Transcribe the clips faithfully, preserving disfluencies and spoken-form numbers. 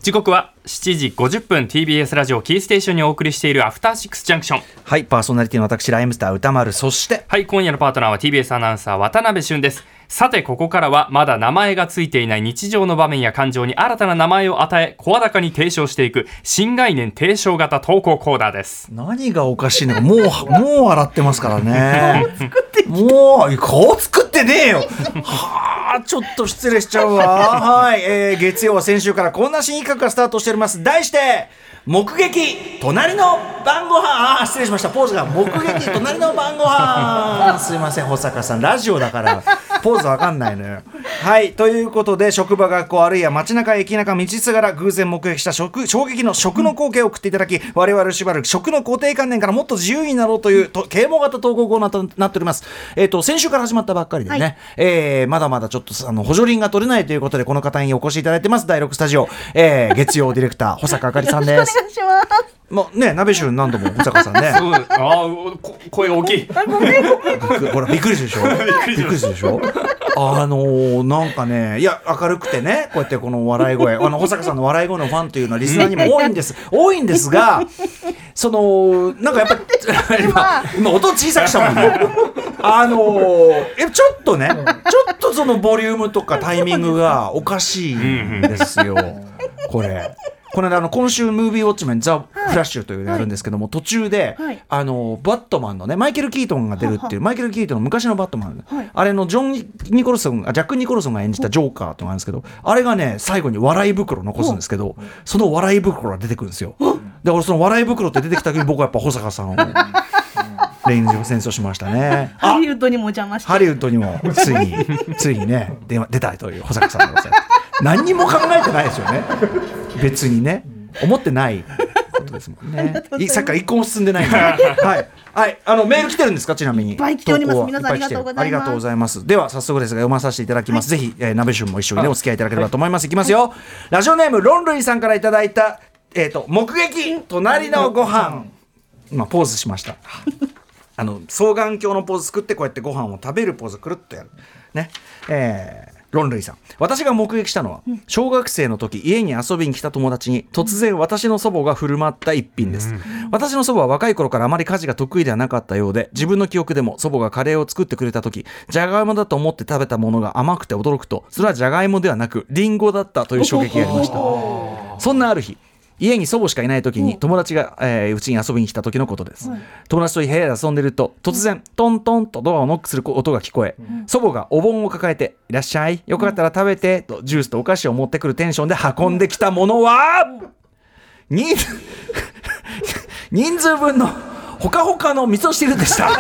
時刻はしちじごじゅっぷん ティービーエス ラジオキーステーションにお送りしているアフターシックスジャンクション。 はい、パーソナリティの私ライムスター歌丸、そしてはい、今夜のパートナーは ティービーエス アナウンサー渡辺俊です。さてここからはまだ名前がついていない日常の場面や感情に新たな名前を与え声高に提唱していく新概念提唱型投稿コーナーです。 何がおかしいのかもうもう笑ってますからねもう顔作ってねえよはあ、ちょっと失礼しちゃうわはい、えー、月曜は先週からこんな新企画がスタートしております。題して目撃隣の晩ご飯。あ、失礼しました。ポーズが目撃隣の晩ご飯すいません、保坂さんラジオだからポーズわかんないのよ。はい、ということで職場学校あるいは街中駅中道すがら偶然目撃した食衝撃の食の光景を送っていただき、我々しばらく食の固定観念からもっと自由になろうというと啓蒙型投稿コーナーとなっております。えーと先週から始まったばっかりでね、はい、えー、まだまだちょっとあの補助輪が取れないということでこの方にお越しいただいてます。だいろくスタジオ、えー、月曜ディレクター保坂あかりさんです。もうね、鍋旬何度も保坂さんねそうあ声が大きいほらびっくりするでしょびっくりするでしょあのー、なんかね、いや明るくてね、こうやってこの笑い声あの保坂さんの笑い声のファンというのはリスナーにも多いんです多いんですが、そのなんかやっぱり今, 今音小さくしたもんねあのー、えちょっとねちょっとそのボリュームとかタイミングがおかしいんですよこれ。この間あの今週ムービーウォッチメンザ・フラッシュというのをやるんですけども、はい、途中で、はい、あのバットマンのねマイケル・キートンが出るっていうマイケル・キートンの昔のバットマン、はい、あれのジョン・ニコルソンジャック・ニコルソンが演じたジョーカーっていうのがあるんですけど、あれがね最後に笑い袋を残すんですけど、その笑い袋が出てくるんですよ。で俺その笑い袋って出てきた時に僕はやっぱ保坂さんをレンジを戦争しましたね。 ハリウッドにも邪魔してハリウッドにもついについにね出出たいという保坂さんでございます。何にも考えてないですよね別にね、思ってないことですもんねさっきから一個も進んでないんではい、はい、あのメール来てるんですか。ちなみにいっぱい来ております。皆さんありがとうございます。 ありがとうございます。では早速ですが読まさせていただきます、はい、ぜひ、えー、鍋旬も一緒に、ね、お付き合いいただければと思います。いきますよ。ラジオネームロンルイさんからいただいた、えーと、目撃隣のご飯今ポーズしましたあの双眼鏡のポーズ作ってこうやってご飯を食べるポーズくるっとやるね。えーロンルイさん、私が目撃したのは小学生の時家に遊びに来た友達に突然私の祖母が振る舞った一品です、うん、私の祖母は若い頃からあまり家事が得意ではなかったようで、自分の記憶でも祖母がカレーを作ってくれた時じゃがいもだと思って食べたものが甘くて驚くと、それはじゃがいもではなくリンゴだったという衝撃がありました。そんなある日、家に祖母しかいない時に友達がうち、えー、に遊びに来た時のことです、はい、友達と部屋で遊んでると突然トントンとドアをノックする音が聞こえ、うん、祖母がお盆を抱えていらっしゃいよかったら食べて、うん、とジュースとお菓子を持ってくるテンションで運んできたものは、うん、人, 人数分のほかほかの味噌汁でした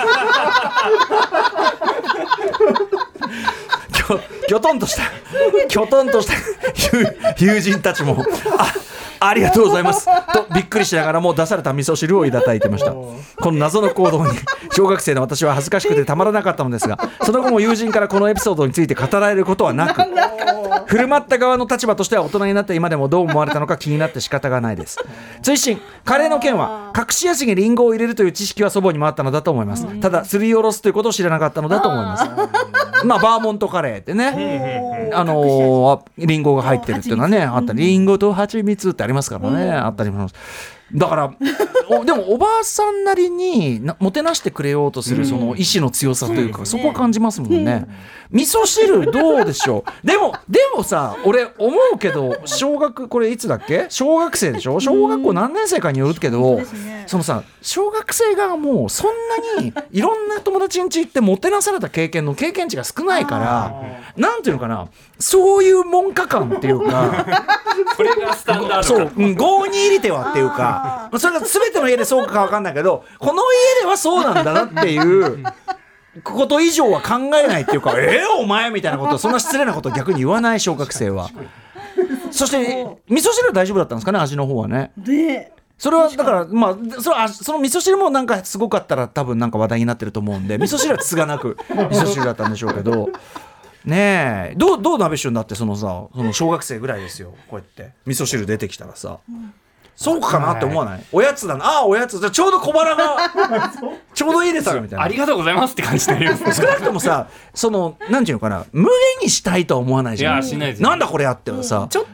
きょとんとしたきょとんとした友人たちもあありがとうございますとびっくりしながらも出された味噌汁をいただいてました。この謎の行動に小学生の私は恥ずかしくてたまらなかったのですが、その後も友人からこのエピソードについて語られることはなく、振る舞った側の立場としては大人になった今でもどう思われたのか気になって仕方がないです。追伸、カレーの件は隠し味にリンゴを入れるという知識は祖母にもあったのだと思います。ただすりおろすということを知らなかったのだと思います。まあバーモントカレーってね、あのー、リンゴが入ってるっていうのはねあったり、リンゴと蜂蜜ってありますからね、あったりもだからでもおばあさんなりになもてなしてくれようとするその意志の強さというか、うん、そこは感じますもんね、うん、味噌汁どうでしょうでもでもさ俺思うけど小学これいつだっけ小学生でしょ、小学校何年生かによるけど、うん、そのさ小学生側もそんなにいろんな友達ん家行ってもてなされた経験の経験値が少ないからなんていうのかな、そういう文化観っていうかそれがスタンダードそう、うん、郷に入りてはっていうかそれが全ての家でそうか分かんないけどこの家ではそうなんだなっていうこと以上は考えないっていうかえー、お前みたいなことそんな失礼なことを逆に言わない小学生は。そして味噌汁は大丈夫だったんですかね、味の方はね。 でそれはだからまあ そ, れはその味噌汁もなんかすごかったら多分なんか話題になってると思うんで味噌汁はつがなく味噌汁だったんでしょうけどねえ、どうどう鍋旬だってそのさその小学生ぐらいですよ、こうやって味噌汁出てきたらさ、うん、そうかなって思わない？おやつだな、ああおやつじゃちょうど小腹がちょうどいいですよみたいな、 ありがとうございますって感じになります少なくともさそのなんていうのかな無限にしたいとは思わないじゃん。 いやしないです、 なんだこれあってはさ、 ちょっ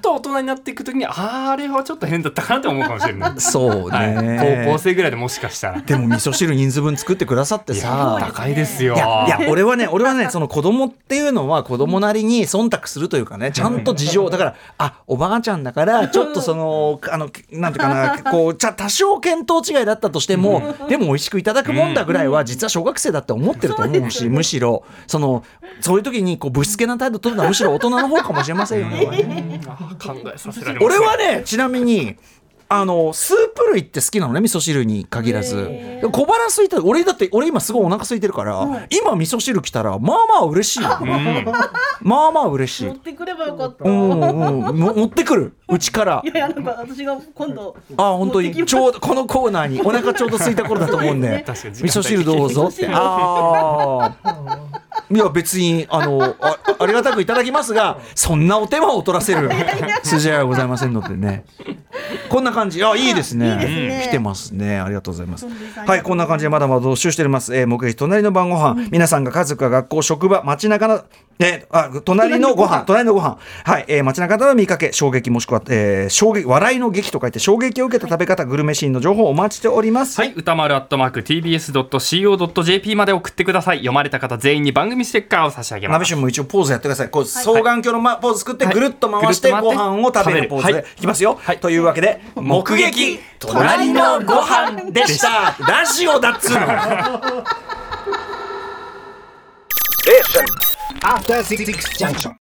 と大人になっていくときに、あーあれはちょっと変だったかなと思うかもしれないそうね、 はい、高校生ぐらいでもしかしたら。 でも味噌汁人数分作ってくださってさ、 高いですよ。 いやいや俺はね俺はねその子供っていうのは子供なりに忖度するというかね、ちゃんと事情だから、あおばあちゃんだからちょっとそのあのなんていうかなこう多少見当違いだったとしてもでも美味しくいただくもんだぐらいは実は小学生だって思ってると思うし、むしろそのそういう時にこうぶしつけな態度取るのはむしろ大人の方かもしれませんよね。 考えさせられます。 俺はねちなみにあのスープ類って好きなのね、味噌汁に限らず。小腹空いた俺だって俺今すごいお腹空いてるから、うん、今味噌汁来たらまあまあ嬉しいよ、うん、まあまあ嬉しい。 持ってくればよかった、 うんうん、持ってくるうちから。 いやいやなんか私が今度あ本当にちょうどこのコーナーにお腹ちょうど空いた頃だと思うんで、ね、味噌汁どうぞってあいや別にあの あ, ありがたくいただきますがそんなお手間を取らせる筋合いはございませんのでね。こんな感じ、あいいですね、いいですね、来てますね、ありがとうございます。はい、こんな感じでまだまだ募集しております、えー、目撃隣の晩ご飯、うん、皆さんが家族が学校職場街中のえー、あ隣のご飯隣のご飯はい、えー、街中での見かけ衝撃もしくは、えー、衝撃笑いの劇と書いて衝撃を受けた食べ方グルメシーンの情報をお待ちしております。 はい、歌丸アットマーク ティービーエスドットシーオードットジェーピー まで送ってください。読まれた方全員に番組ステッカーを差し上げます。 鍋旬も一応ポーズやってください。こう双眼鏡の、ま、ポーズ作ってぐるっと回してご飯を食べるポーズでいきますよ、はい、というわけで目撃隣のご飯でしたラジオだっつうの After Six Junction.